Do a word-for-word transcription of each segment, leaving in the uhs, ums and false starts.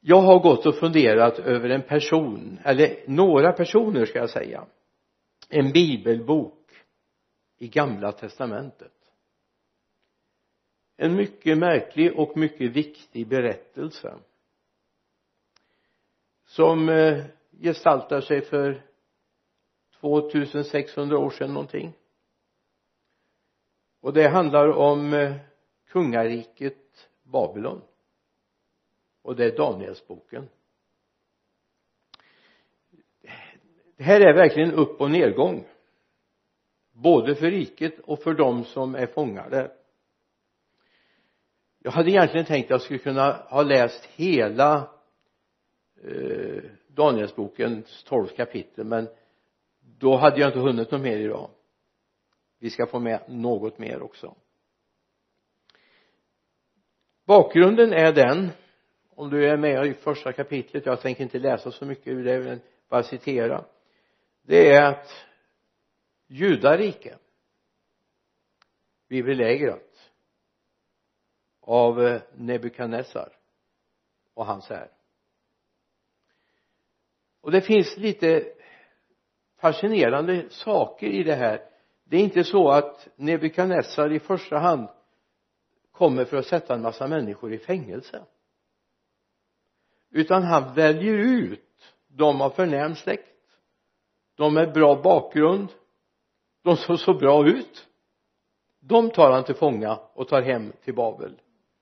Jag har gått och funderat över en person, eller några personer ska jag säga, en bibelbok i Gamla testamentet. En mycket märklig och mycket viktig berättelse som eh, gestaltar sig för tvåtusensexhundra år sedan någonting. Och det handlar om eh, kungariket Babylon. Och det är Danielsboken. Det här är verkligen upp- och nedgång. Både för riket och för dem som är fångade. Jag hade egentligen tänkt att jag skulle kunna ha läst hela eh, Danielsbokens tolv kapitel. Men då hade jag inte hunnit något mer idag. Vi ska få med något mer också. Bakgrunden är den, om du är med i första kapitlet, jag tänker inte läsa så mycket ur det, men bara citera. Det är att Judarike blir belägrat av Nebukadnessar och hans här. Och det finns lite fascinerande saker i det här. Det är inte så att Nebukadnessar i första hand kommer för att sätta en massa människor i fängelse. Utan han väljer ut de av förnäm släkt. De med bra bakgrund. De som så bra ut. De tar han till fånga och tar hem till Babel.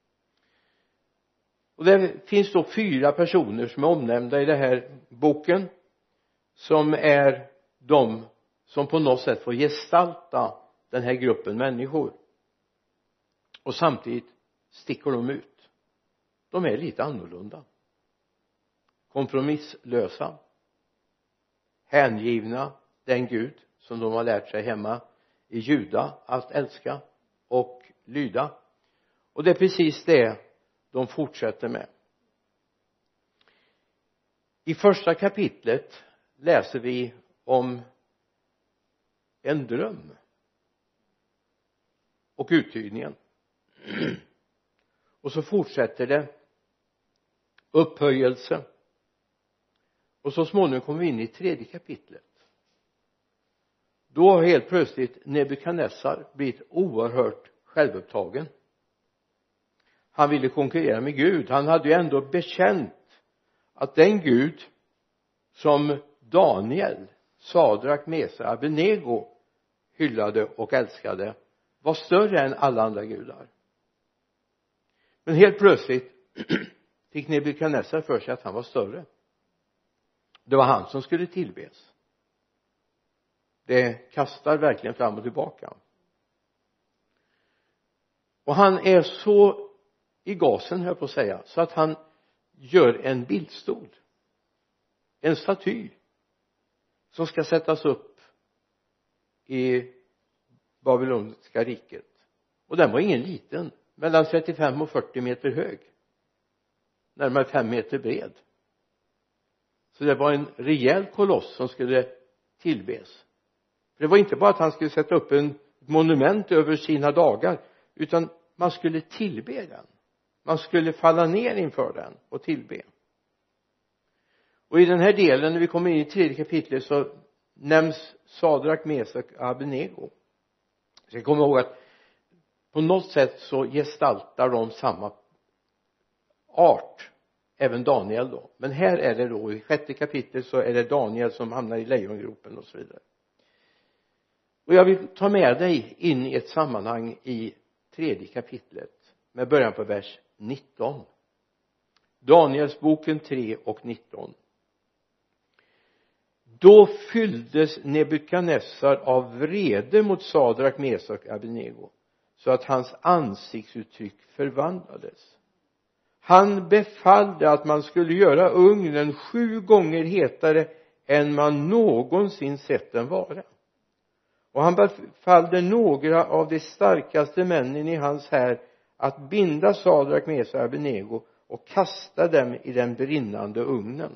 Och det finns då fyra personer som är omnämnda i den här boken. Som är de som på något sätt får gestalta den här gruppen människor. Och samtidigt sticker de ut. De är lite annorlunda. Kompromisslösa. Hängivna den Gud som de har lärt sig hemma i Juda att älska och lyda. Och det är precis det de fortsätter med. I första kapitlet läser vi om en dröm och uttydningen. Och så fortsätter det upphöjelse. Och så småningom kommer vi in i tredje kapitlet. Då har helt plötsligt Nebukadnessar blivit oerhört självupptagen. Han ville konkurrera med Gud. Han hade ju ändå bekänt att den Gud som Daniel, Sadrak, Mesar, Abednego hyllade och älskade var större än alla andra gudar. Men helt plötsligt fick Nebukadnessar för sig att han var större. Det var han som skulle tillbes. Det kastar verkligen fram och tillbaka. Och han är så i gasen, här på att säga, så att han gör en bildstol. En staty som ska sättas upp i babyloniska riket. Och den var ingen liten, mellan trettiofem och fyrtio meter hög, närmare fem meter bred. Så det var en rejäl koloss som skulle tillbes. För det var inte bara att han skulle sätta upp en monument över sina dagar, utan man skulle tillbe den. Man skulle falla ner inför den och tillbe. Och i den här delen, när vi kommer in i tredje kapitlet, så nämns Sadrak, Mesak och Abednego. Så jag kommer ihåg att på något sätt så gestaltar de samma art, även Daniel då. Men här är det då, i sjätte kapitlet så är det Daniel som hamnar i lejongropen och så vidare. Och jag vill ta med dig in i ett sammanhang i tredje kapitlet med början på vers nitton. Danielsboken tre och nitton. Då fylldes Nebukadnessar av vrede mot Sadrak, Mesak och Abednego, så att hans ansiktsuttryck förvandlades. Han befallde att man skulle göra ugnen sju gånger hetare än man någonsin sett den vara. Och han befallde några av de starkaste männen i hans här att binda Sadrak, Mesak och Abednego och kasta dem i den brinnande ugnen.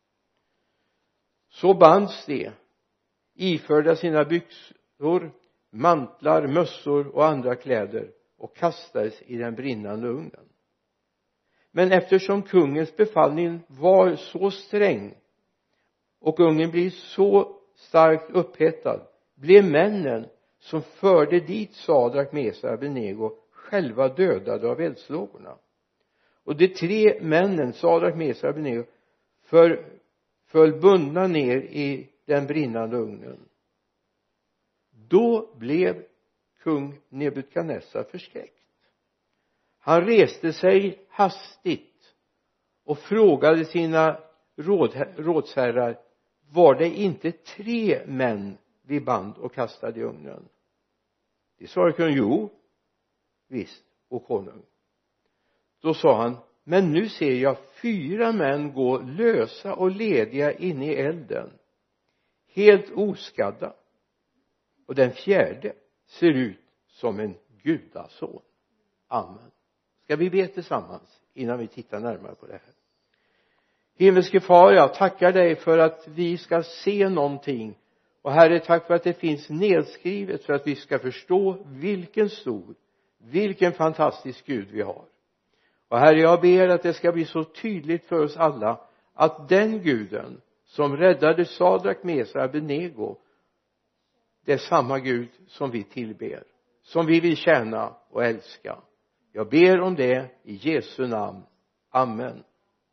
Så bands de, iförda sina byxor, mantlar, mössor och andra kläder och kastades i den brinnande ugnen. Men eftersom kungens befallning var så sträng och ungen blir så starkt upphettad, blev männen som förde dit Sadrak, Mesar och Abednego själva dödade av eldslågorna. Och de tre männen, Sadrak, Mesar och Abednego, för, föll bundna ner i den brinnande ugnen. Då blev kung Nebukadnessar förskräckt. Han reste sig hastigt och frågade sina råd, rådsherrar: var det inte tre män vi band och kastade i ugnen? De svarade kungen: jo, visst, och konung. Då sa han: men nu ser jag fyra män gå lösa och lediga inne i elden, helt oskadda, och den fjärde ser ut som en gudason. Amen. Ska vi be tillsammans innan vi tittar närmare på det här? Himmelske far, jag tackar dig för att vi ska se någonting. Och Herre, tack för att det finns nedskrivet för att vi ska förstå vilken stor, vilken fantastisk Gud vi har. Och Herre, jag ber att det ska bli så tydligt för oss alla att den guden som räddade Sadrak, Mesar och Abednego, det är samma Gud som vi tillber, som vi vill tjäna och älska. Jag ber om det i Jesu namn. Amen.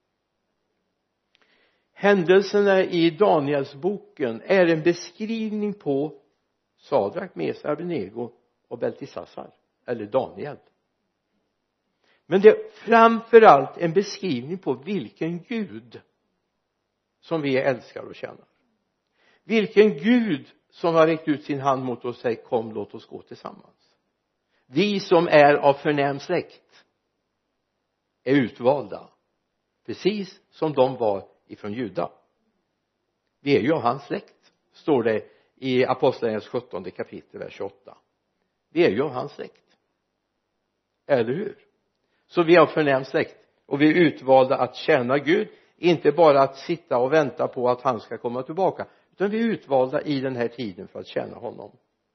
Händelserna i Danielsboken är en beskrivning på Sadrak, Mesar, Abednego och Beltisassar, eller Daniel. Men det är framförallt en beskrivning på vilken Gud som vi älskar och tjänar. Vilken Gud som har räckt ut sin hand mot oss och säger: kom, låt oss gå tillsammans. Vi som är av förnäm släkt är utvalda, precis som de var ifrån Juda. Vi är ju av hans släkt, står det i Apostlagärningarnas sjuttonde kapitel, vers tjugoåtta. Vi är ju av hans släkt, eller hur? Så vi är av förnäm släkt och vi är utvalda att tjäna Gud, inte bara att sitta och vänta på att han ska komma tillbaka, utan vi är utvalda i den här tiden för att tjäna honom.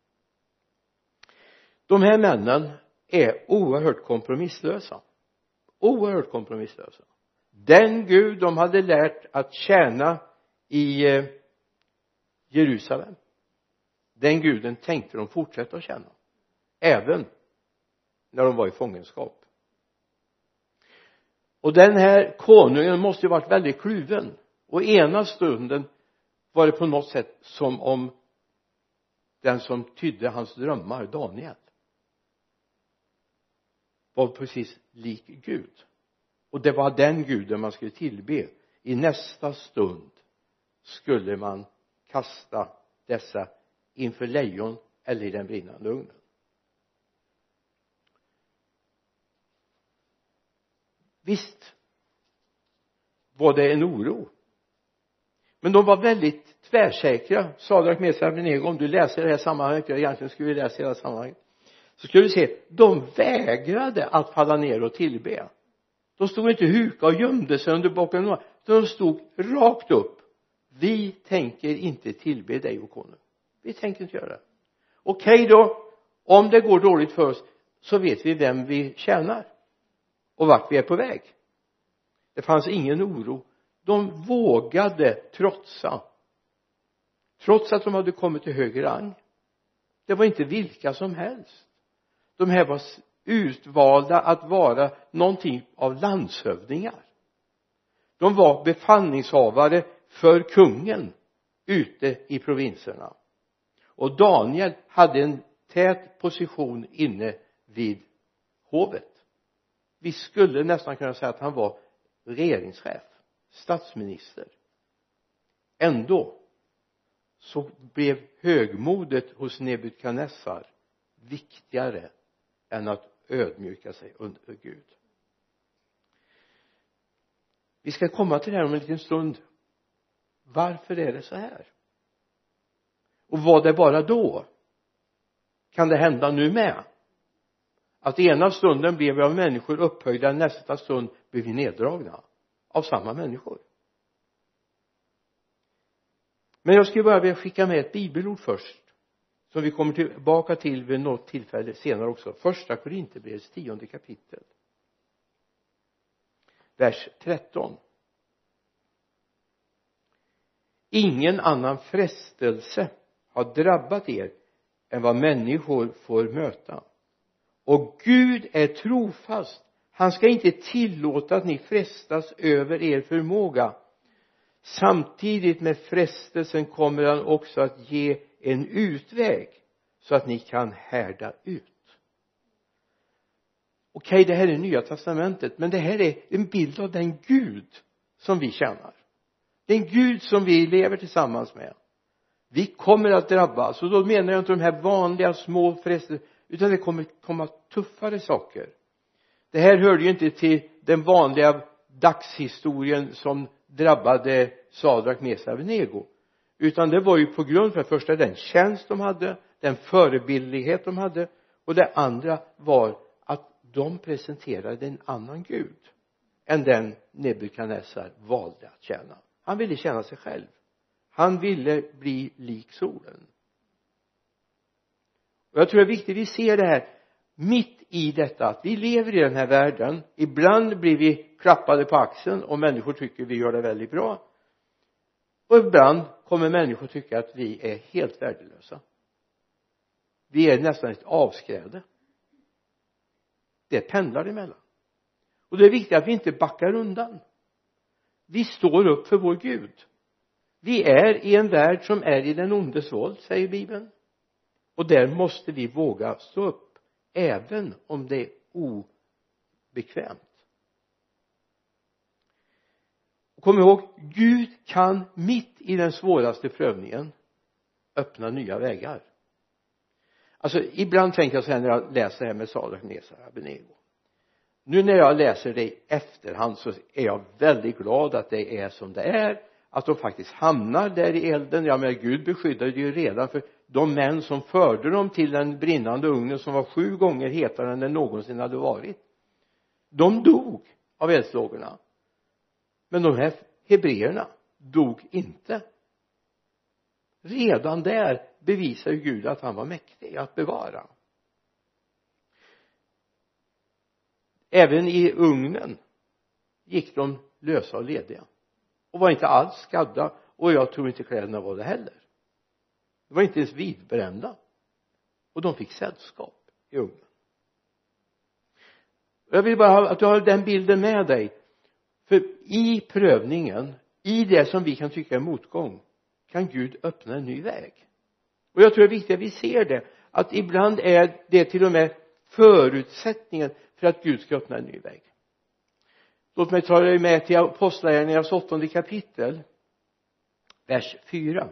De här männen är oerhört kompromisslösa. Oerhört kompromisslösa. Den Gud de hade lärt att tjäna i Jerusalem, den guden tänkte de fortsätta att tjäna. Även när de var i fångenskap. Och den här konungen måste ju varit väldigt kluven. Och ena stunden var det på något sätt som om den som tydde hans drömmar, Daniel, var precis lik Gud. Och det var den guden man skulle tillbe. I nästa stund skulle man kasta dessa inför lejon eller i den brinnande ugnen. Visst var det en oro. Men de var väldigt tvärsäkra. Sadrak, Mesar och Abednego, om du läser det här sammanhanget, jag egentligen skulle läsa hela sammanhanget, så skulle du se, de vägrade att falla ner och tillbe. De stod inte huka och gömde sig under bakom. De stod rakt upp. Vi tänker inte tillbe dig, o konung. Vi tänker inte göra det. Okej då, om det går dåligt för oss så vet vi vem vi tjänar och vart vi är på väg. Det fanns ingen oro. De vågade trotsa. Trots att de hade kommit till högre rang. Det var inte vilka som helst. De här var utvalda att vara någonting av landshövdingar. De var befallningshavare för kungen ute i provinserna. Och Daniel hade en tät position inne vid hovet. Vi skulle nästan kunna säga att han var regeringschef, statsminister. Ändå så blev högmodet hos Nebukadnessar viktigare än att ödmjuka sig under Gud. Vi ska komma till det här om en liten stund. Varför är det så här? Och var det bara då? Kan det hända nu med? Att ena stunden blev vi av människor upphöjda, nästa stund blev vi neddragna av samma människor. Men jag skulle bara vilja skicka med ett bibelord först, som vi kommer tillbaka till vid något tillfälle senare också. Första Korinthierbrevets tionde kapitel. vers tretton. Ingen annan frestelse har drabbat er än vad människor får möta. Och Gud är trofast. Han ska inte tillåta att ni frestas över er förmåga. Samtidigt med frestelsen kommer han också att ge en utväg så att ni kan härda ut. Okej, det här är Nya testamentet, men det här är en bild av den Gud som vi tjänar. Den Gud som vi lever tillsammans med. Vi kommer att drabbas, och då menar jag inte de här vanliga små frestelser, utan det kommer komma tuffare saker. Det här hörde ju inte till den vanliga dagshistorien som drabbade Sadrak, Mesak och Abednego, utan det var ju på grund för det första den tjänst de hade, den förebildlighet de hade, och det andra var att de presenterade en annan Gud än den Nebukadnessar valde att tjäna. Han ville tjäna sig själv. Han ville bli lik solen. Och jag tror det är viktigt att vi ser det här mitt i detta, att vi lever i den här världen. Ibland blir vi klappade på axeln och människor tycker vi gör det väldigt bra. Och ibland kommer människor tycka att vi är helt värdelösa. Vi är nästan ett avskräde. Det pendlar emellan. Och det är viktigt att vi inte backar undan. Vi står upp för vår Gud. Vi är i en värld som är i den ondes våld, säger Bibeln. Och där måste vi våga stå upp, även om det är obekvämt. Och kom ihåg, Gud kan mitt i den svåraste prövningen öppna nya vägar. Alltså ibland tänker jag så här när jag läser det här med Sadrak, Mesak och Abednego. Nu när jag läser det i efterhand så är jag väldigt glad att det är som det är. Att de faktiskt hamnar där i elden. Ja, men Gud beskyddade ju redan, för de män som förde dem till den brinnande ugnen som var sju gånger hetare än den någonsin hade varit. De dog av eldslågorna. Men de här hebreerna dog inte. Redan där bevisar ju Gud att han var mäktig att bevara. Även i ugnen gick de lösa och lediga. Och var inte alls skadda. Och jag tror inte kläderna var det heller. De var inte ens vidbrända. Och de fick sällskap i ugnen. Jag vill bara ha, att du har den bilden med dig. För i prövningen, i det som vi kan tycka är motgång, kan Gud öppna en ny väg. Och jag tror det är viktigt att vi ser det. Att ibland är det till och med förutsättningen för att Gud ska öppna en ny väg. Låt mig ta dig med till Apostlagärningarnas åttonde kapitel. Vers fyra.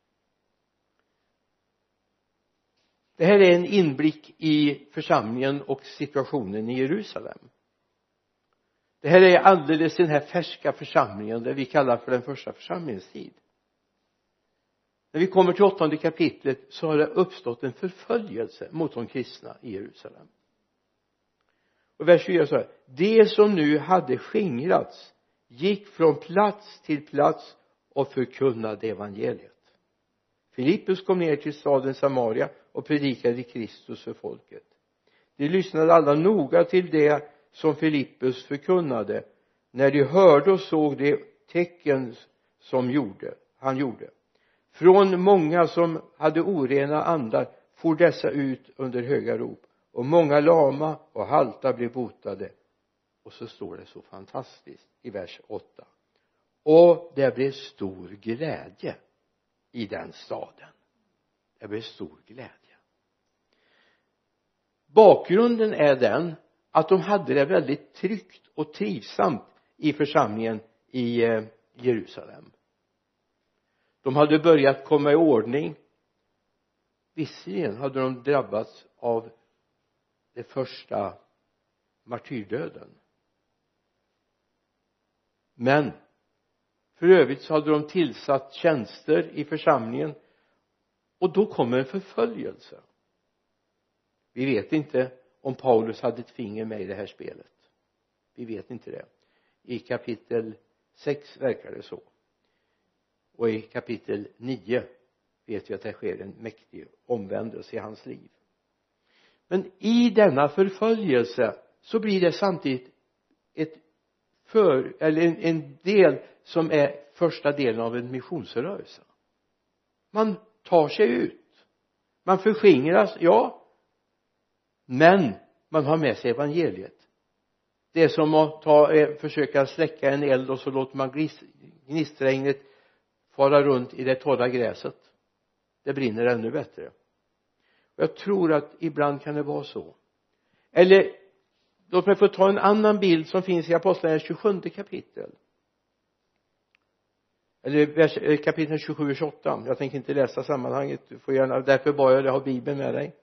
Det här är en inblick i församlingen och situationen i Jerusalem. Det här är alldeles den här färska församlingen, där vi kallar för den första församlingens tid. När vi kommer till åttonde kapitlet så har det uppstått en förföljelse mot de kristna i Jerusalem. Och vers fyra så här: det som nu hade skingrats gick från plats till plats och förkunnade evangeliet. Filippus kom ner till staden Samaria och predikade Kristus för folket. De lyssnade alla noga till det som Filippus förkunnade, när de hörde och såg de tecken som gjorde, han gjorde. Från många som hade orena andar for dessa ut under höga rop, och många lama och halta blev botade. Och så står det så fantastiskt i vers åtta: och det blev stor glädje i den staden. Det blev stor glädje. Bakgrunden är den att de hade det väldigt tryggt och trivsamt i församlingen i Jerusalem. De hade börjat komma i ordning. Visserligen hade de drabbats av det första martyrdöden. Men för övrigt så hade de tillsatt tjänster i församlingen. Och då kommer en förföljelse. Vi vet inte om Paulus hade ett finger med i det här spelet. Vi vet inte det. I kapitel sex verkar det så. Och i kapitel nio vet vi att det sker en mäktig omvändelse i hans liv. Men i denna förföljelse så blir det samtidigt ett för, eller en, en del som är första delen av en missionsrörelse. Man tar sig ut, man förskingras, ja, men man har med sig evangeliet. Det är som att ta, eh, försöka släcka en eld och så låter man glis, gnistregnet fara runt i det torra gräset. Det brinner ännu bättre. Jag tror att ibland kan det vara så. Eller låt mig få ta en annan bild som finns i Apostlagärningarna tjugosjunde kapitel. Eller vers, kapitel tjugosju och tjugoåtta. Jag tänker inte läsa sammanhanget. Du får gärna, därför bara jag ha Bibeln med dig.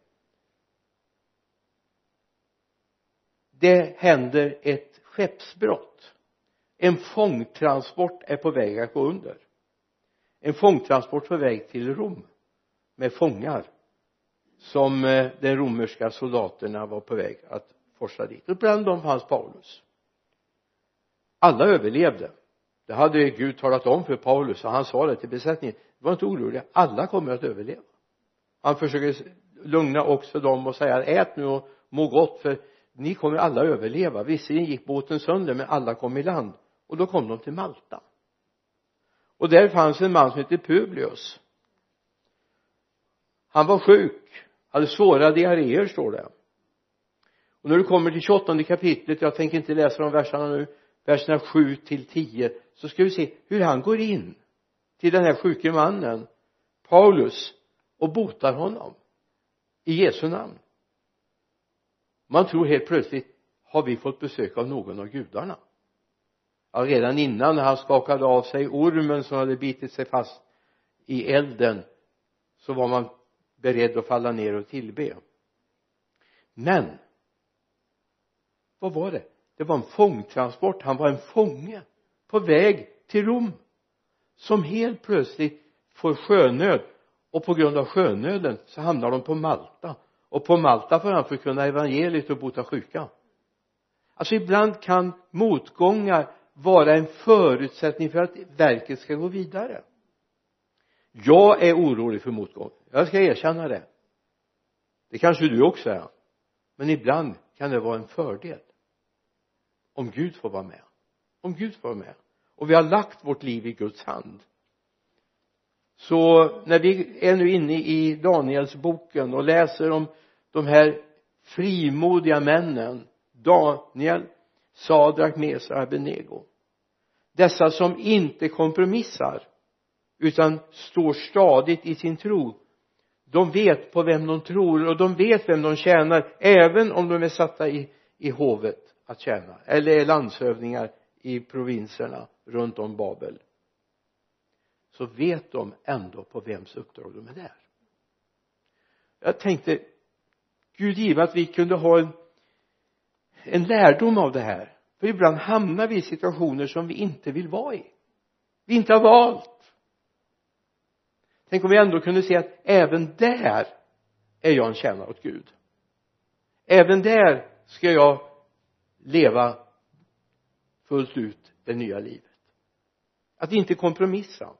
Det händer ett skeppsbrott. En fångtransport är på väg att gå under. En fångtransport på väg till Rom. Med fångar. Som de romerska soldaterna var på väg att forsa dit. Och bland dem fanns Paulus. Alla överlevde. Det hade Gud talat om för Paulus. Och han sa det till besättningen. Det var inte orolig. Alla kommer att överleva. Han försöker lugna också dem och säga. Ät nu och må gott. För ni kommer alla överleva. Visserligen gick båten sönder. Men alla kom i land. Och då kom de till Malta. Och där fanns en man som heter Publius. Han var sjuk. Hade svåra diarréer, står det. Och när du kommer till tjugoåttonde kapitlet, jag tänker inte läsa de verserna nu, verserna sju till tio, så ska vi se hur han går in till den här sjuke mannen, Paulus, och botar honom i Jesu namn. Man tror helt plötsligt, har vi fått besök av någon av gudarna? Ja, redan innan han skakade av sig ormen som hade bitit sig fast i elden, så var man beredd att falla ner och tillbe. Men vad var det? Det var en fångtransport. Han var en fånge på väg till Rom, som helt plötsligt får sjönöd, och på grund av sjönöden så hamnar de på Malta, och på Malta får han förkunna evangeliet och bota sjuka. Alltså ibland kan motgångar vara en förutsättning för att verket ska gå vidare. Jag är orolig för motgång. Jag ska erkänna det. Det kanske du också är. Men ibland kan det vara en fördel. Om Gud får vara med. Om Gud får vara med. Och vi har lagt vårt liv i Guds hand. Så när vi är nu inne i Daniels boken och läser om de här frimodiga männen. Daniel, Sadrak, Mesar, Abednego. Dessa som inte kompromissar, utan står stadigt i sin tro. De vet på vem de tror, och de vet vem de tjänar, även om de är satta i, i hovet att tjäna, eller är landshövdingar i provinserna runt om Babel. Så vet de ändå på vems uppdrag de är där. Jag tänkte, Gud give att vi kunde ha en, en lärdom av det här. För ibland hamnar vi i situationer som vi inte vill vara i. Vi inte har valt. Tänk om vi ändå kunde se att även där är jag en tjänare åt Gud. Även där ska jag leva fullt ut det nya livet. Att inte kompromissa.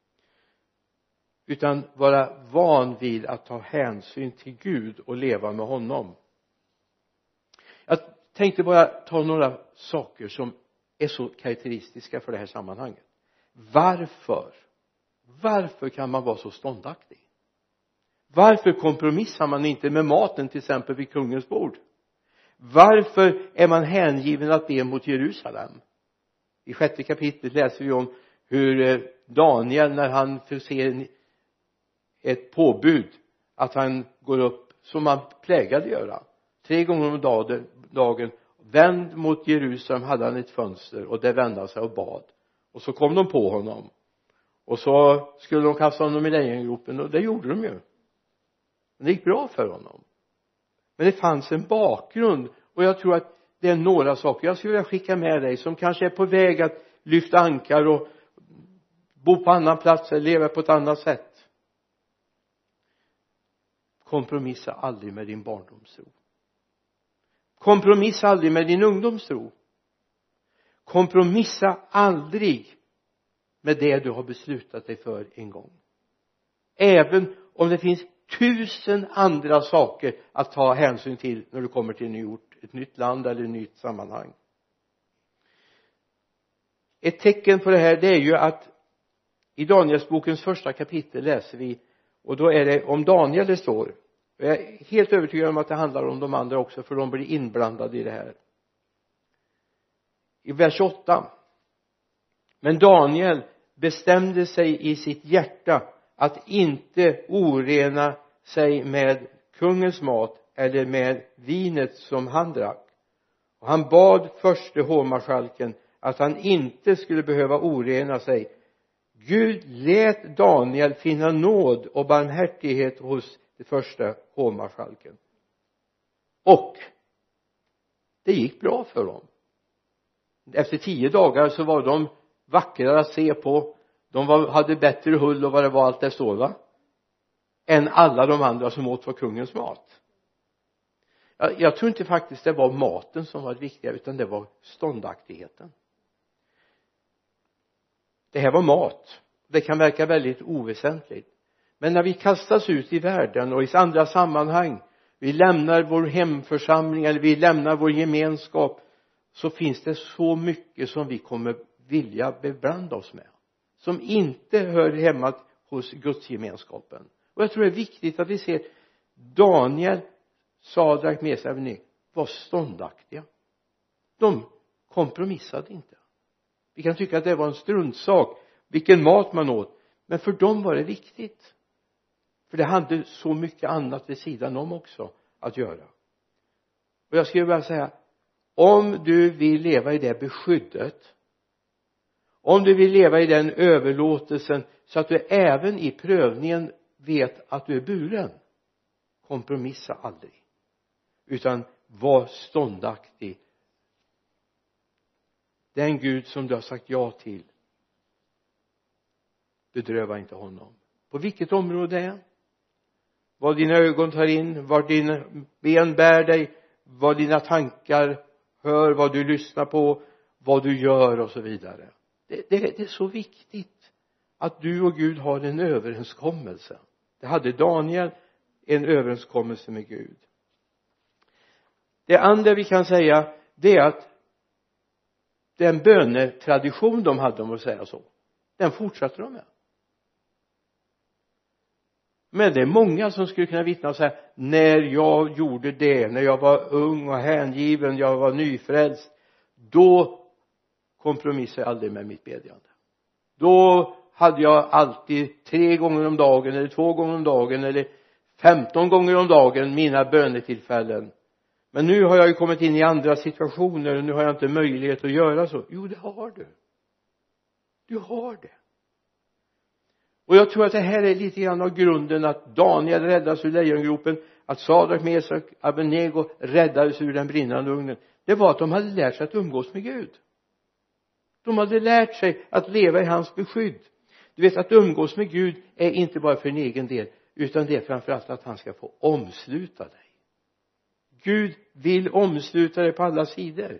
Utan vara van vid att ta hänsyn till Gud och leva med honom. Jag tänkte bara ta några saker som är så karaktäristiska för det här sammanhanget. Varför? Varför kan man vara så ståndaktig? Varför kompromissar man inte med maten till exempel vid kungens bord? Varför är man hängiven att be mot Jerusalem? I sjätte kapitlet läser vi om hur Daniel, när han förser ett påbud att han går upp som man plägade göra tre gånger om dagen, dagen vänd mot Jerusalem, hade han ett fönster och där vände han sig och bad, och så kom de på honom och så skulle de kasta honom i lejongropen, och det gjorde de ju, men det gick bra för honom. Men det fanns en bakgrund, och jag tror att det är några saker jag skulle vilja skicka med dig som kanske är på väg att lyfta ankar och bo på annan plats eller leva på ett annat sätt. Kompromissa aldrig med din barndomstro. Kompromissa aldrig med din ungdomstro. Kompromissa aldrig med det du har beslutat dig för en gång. Även om det finns tusen andra saker att ta hänsyn till när du kommer till en ny ort, ett nytt land eller ett nytt sammanhang. ett tecken på det här, det är ju att i Danielsbokens första kapitel läser vi, och då är det om Daniel det står. Jag är helt övertygad om att det handlar om de andra också, för de blir inblandade i det här. I vers åtta: men Daniel bestämde sig i sitt hjärta att inte orena sig med kungens mat eller med vinet som han drack. Och han bad förste hovmarskalken att han inte skulle behöva orena sig. Gud lät Daniel finna nåd och barmhärtighet hos det första hovmarskalken. Och det gick bra för dem. Efter tio dagar så var de vackrare att se på. De var, hade bättre hull och vad det var allt det står, va? Än alla de andra som åt för kungens mat. Jag, jag tror inte faktiskt det var maten som var det viktiga, utan det var ståndaktigheten. Det här var mat. Det kan verka väldigt oväsentligt. Men när vi kastas ut i världen och i andra sammanhang, vi lämnar vår hemförsamling eller vi lämnar vår gemenskap, så finns det så mycket som vi kommer vilja beblanda oss med, som inte hör hemma hos Guds gemenskapen. Och jag tror det är viktigt att vi ser Daniel, Sadrak, Mesak och Abednego var ståndaktiga. De kompromissade inte. Vi kan tycka att det var en struntsak vilken mat man åt, men för dem var det viktigt, för det hade så mycket annat vid sidan om också att göra. Och jag skulle bara säga, om du vill leva i det beskyddet, om du vill leva i den överlåtelsen så att du även i prövningen vet att du är buren, kompromissa aldrig, utan var ståndaktig. Den Gud som du har sagt ja till, bedröva inte honom. På vilket område det är, vad dina ögon tar in, vad dina ben bär dig, vad dina tankar hör, vad du lyssnar på, vad du gör och så vidare. Det, det, det är så viktigt att du och Gud har en överenskommelse. Det hade Daniel, en överenskommelse med Gud. Det andra vi kan säga, det är att den bönetradition de hade, om att säga så, den fortsatte de med. Men det är många som skulle kunna vittna och säga, när jag gjorde det, när jag var ung och hängiven, jag var nyfrälst, då kompromissade jag aldrig med mitt bedjande. Då hade jag alltid tre gånger om dagen eller två gånger om dagen eller femton gånger om dagen mina bönetillfällen. Men nu har jag ju kommit in i andra situationer och nu har jag inte möjlighet att göra så. Jo, det har du. Du har det. Och jag tror att det här är lite grann av grunden att Daniel räddas ur lejongropen, att Sadrak, Mesak och Abednego räddades ur den brinnande ugnen. Det var att de hade lärt sig att umgås med Gud. De hade lärt sig att leva i hans beskydd. Du vet att umgås med Gud är inte bara för en egen del, utan det är framförallt att han ska få omsluta dig. Gud vill omsluta dig på alla sidor.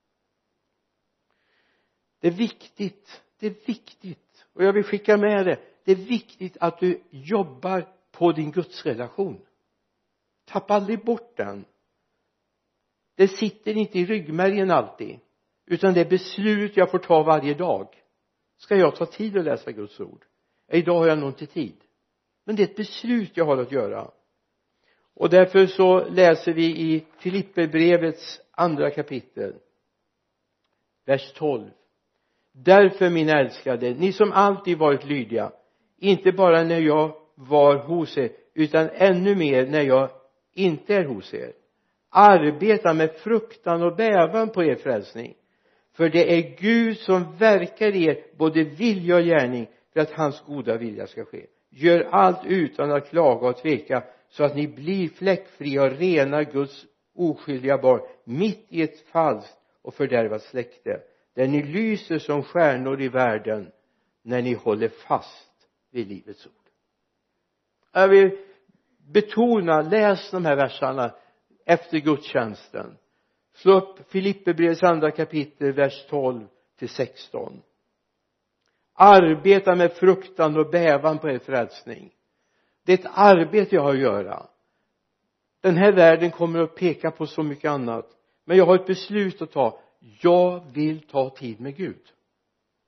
Det är viktigt, det är viktigt. Och jag vill skicka med det. Det är viktigt att du jobbar på din gudsrelation. Tappa aldrig bort den. Det sitter inte i ryggmärgen alltid, utan det är beslut jag får ta varje dag. Ska jag ta tid att läsa Guds ord? Idag har jag nog inte tid. Men det är ett beslut jag har att göra. Och därför så läser vi i Filipperbrevets andra kapitel, vers tolv. Därför, mina älskade, ni som alltid varit lydiga, inte bara när jag var hos er, utan ännu mer när jag inte är hos er, arbeta med fruktan och bävan på er frälsning. För det är Gud som verkar i er både vilja och gärning för att hans goda vilja ska ske. Gör allt utan att klaga och tveka, så att ni blir fläckfria och rena Guds oskyldiga barn mitt i ett falskt och fördärvat släkte, där ni lyser som stjärnor i världen när ni håller fast vid livets ord. Jag vill betona, läs de här verserna efter gudstjänsten. Slå upp Filipperbrevets andra kapitel, vers tolv till sexton. Arbeta med fruktan och bävan på er frälsning. Det är ett arbete jag har att göra. Den här världen kommer att peka på så mycket annat. Men jag har ett beslut att ta. Jag vill ta tid med Gud.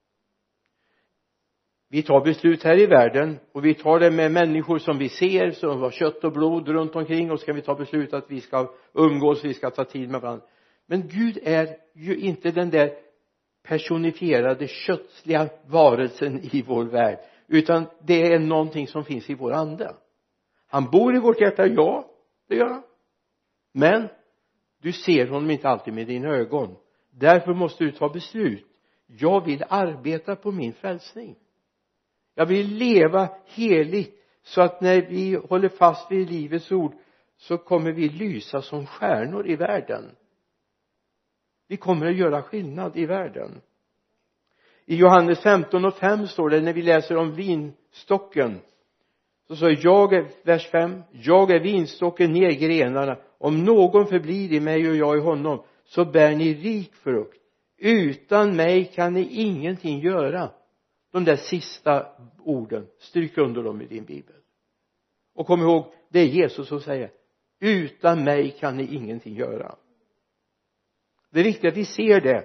vi tar beslut här i världen och vi tar det med människor som vi ser, som har kött och blod runt omkring, och ska vi ta beslut att vi ska umgås, vi ska ta tid med varandra. Men Gud är ju inte den där personifierade kötsliga varelsen i vår värld, utan det är någonting som finns i vår ande. Han bor i vårt hjärta, ja, det gör han. Men du ser honom inte alltid med dina ögon. Därför måste du ta beslut. Jag vill arbeta på min frälsning. Jag vill leva heligt, så att när vi håller fast vid livets ord så kommer vi lysa som stjärnor i världen. Vi kommer att göra skillnad i världen. I Johannes femton och fem står det, när vi läser om vinstocken, så står jag är, vers fem, jag är vinstocken, ni är grenarna. Om någon förblir i mig och jag i honom, så bär ni rik frukt. Utan mig kan ni ingenting göra. De där sista orden, stryk under dem i din bibel. Och kom ihåg, det är Jesus som säger, utan mig kan ni ingenting göra. Det är viktigt att vi ser det.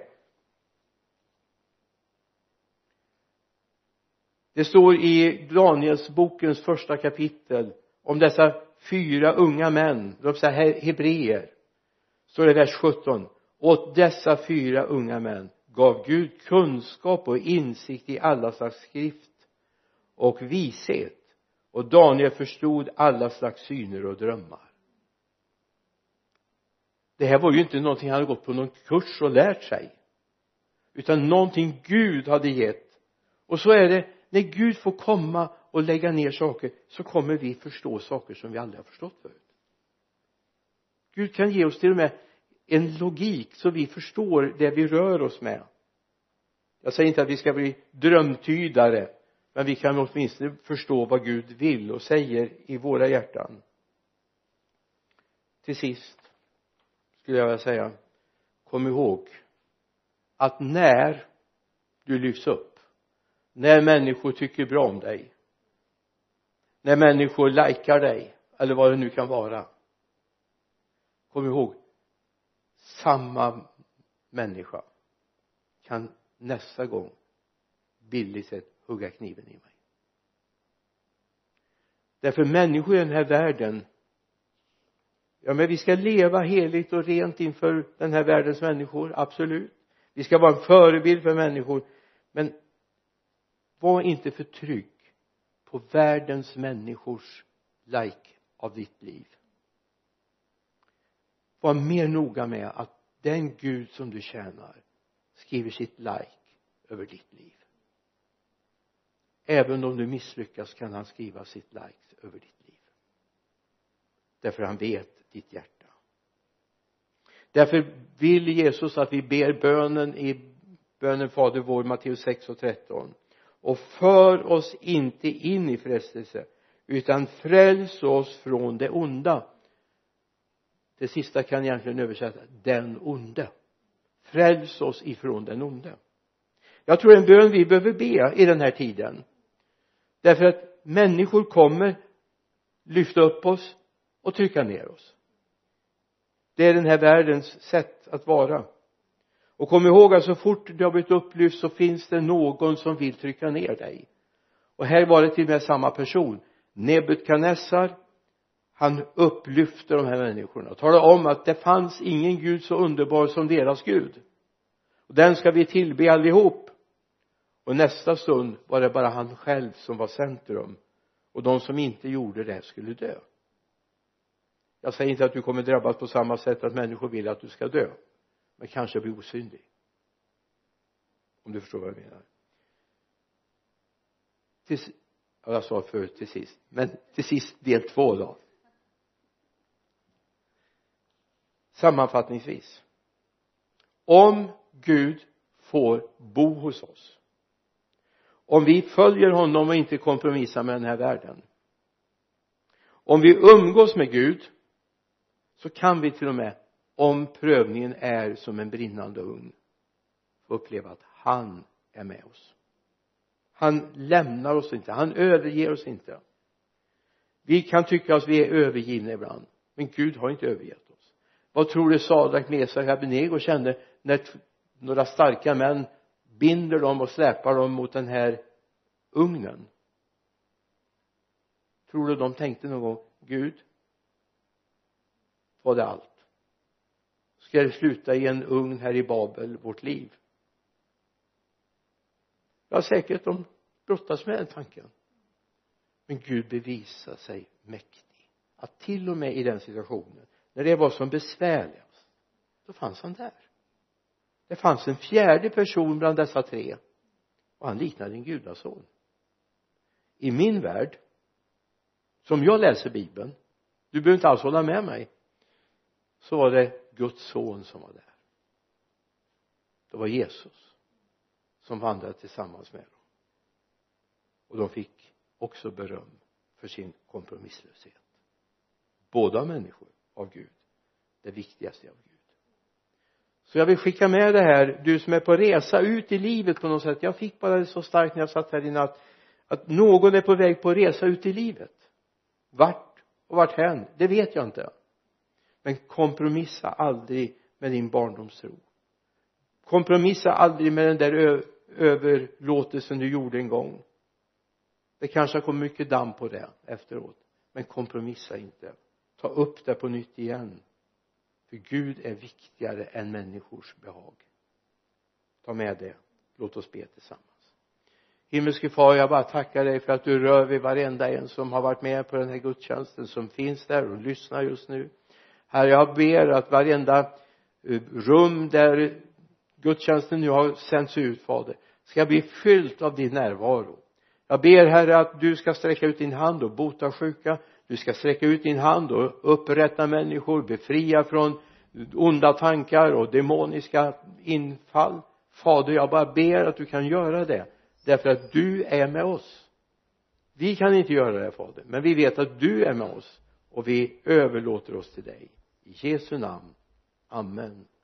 Det står i Daniels bokens första kapitel om dessa fyra unga män, de säger hebreer. Står det i vers sjutton. Åt dessa fyra unga män gav Gud kunskap och insikt i alla slags skrift och vishet. Och Daniel förstod alla slags syner och drömmar. Det här var ju inte någonting han hade gått på någon kurs och lärt sig, utan någonting Gud hade gett. Och så är det, när Gud får komma och lägga ner saker, så kommer vi förstå saker som vi aldrig har förstått förut. Gud kan ge oss till och med en logik så vi förstår det vi rör oss med. Jag säger inte att vi ska bli drömtydare, men vi kan åtminstone förstå vad Gud vill och säger i våra hjärtan. Till sist skulle jag vilja säga, kom ihåg att när du lyfts upp, när människor tycker bra om dig, när människor likar dig eller vad det nu kan vara, kom ihåg, samma människa kan nästa gång billigt sett hugga kniven i mig. Därför människor i den här världen, ja, men vi ska leva heligt och rent inför den här världens människor, absolut. Vi ska vara en förebild för människor, men var inte för trygg på världens människors like av ditt liv. Var mer noga med att den Gud som du tjänar skriver sitt like över ditt liv. Även om du misslyckas kan han skriva sitt like över ditt liv. Därför han vet ditt hjärta. Därför vill Jesus att vi ber bönen i bönen Fader vår, Matteus sex och tretton. Och för oss inte in i frestelse, utan fräls oss från det onda. Det sista kan egentligen översätta den onde. Fräls oss ifrån den onde. Jag tror en bön vi behöver be i den här tiden. Därför att människor kommer lyfta upp oss och trycka ner oss. Det är den här världens sätt att vara. Och kom ihåg att så fort du har blivit upplyft så finns det någon som vill trycka ner dig. Och här var det till och med samma person. Nebukadnessar, han upplyfte de här människorna och talade om att det fanns ingen Gud så underbar som deras Gud. Och den ska vi tillbe allihop. Och nästa stund var det bara han själv som var centrum. Och de som inte gjorde det skulle dö. Jag säger inte att du kommer drabbas på samma sätt att människor vill att du ska dö. Men kanske bli osynlig. Om du förstår vad jag menar. Till, ja, jag sa förut till sist. Men till sist del två då. Sammanfattningsvis. Om Gud får bo hos oss. Om vi följer honom och inte kompromissar med den här världen. Om vi umgås med Gud, så kan vi till och med, om prövningen är som en brinnande ugn, få uppleva att han är med oss. Han lämnar oss inte. Han överger oss inte. Vi kan tycka att vi är övergivna ibland. Men Gud har inte övergett oss. Vad tror du Sadrak, Mesak och Abednego kände när några starka män binder dem och släpar dem mot den här ugnen, tror du de tänkte någon gång, Gud, var det allt? Ska det sluta i en ugn här i Babel, vårt liv? Ja, säkert de brottas med den tanken. Men Gud bevisar sig mäktig. Att till och med i den situationen, när det var som besvärligast, då fanns han där. Det fanns en fjärde person bland dessa tre. Och han liknade en gudason. I min värld, som jag läser Bibeln, du behöver inte alls hålla med mig, så var det Guds son som var där. Det var Jesus som vandrade tillsammans med dem. Och de fick också beröm för sin kompromisslöshet. Båda människor av Gud. Det viktigaste av Gud. Så jag vill skicka med det här, du som är på resa ut i livet på något sätt. Jag fick bara det så starkt när jag satt här inne att, att någon är på väg på resa ut i livet. Vart och vart hän, det vet jag inte. Men kompromissa aldrig med din barndomstro. Kompromissa aldrig med den där ö- överlåtelsen du gjorde en gång. Det kanske kommer mycket damm på det efteråt. Men kompromissa inte. Ta upp det på nytt igen. För Gud är viktigare än människors behag. Ta med det. Låt oss be tillsammans. Himmelske far, jag bara tackar dig för att du rör vid varenda en som har varit med på den här gudstjänsten, som finns där och lyssnar just nu. Herre, jag ber att varenda rum där gudstjänsten nu har sänts ut, Fader, ska bli fyllt av din närvaro. Jag ber, Herre, att du ska sträcka ut din hand och bota sjuka. Du ska sträcka ut din hand och upprätta människor, befria från onda tankar och demoniska infall. Fader, jag bara ber att du kan göra det. Därför att du är med oss. Vi kan inte göra det, Fader. Men vi vet att du är med oss. Och vi överlåter oss till dig. I Jesu namn. Amen.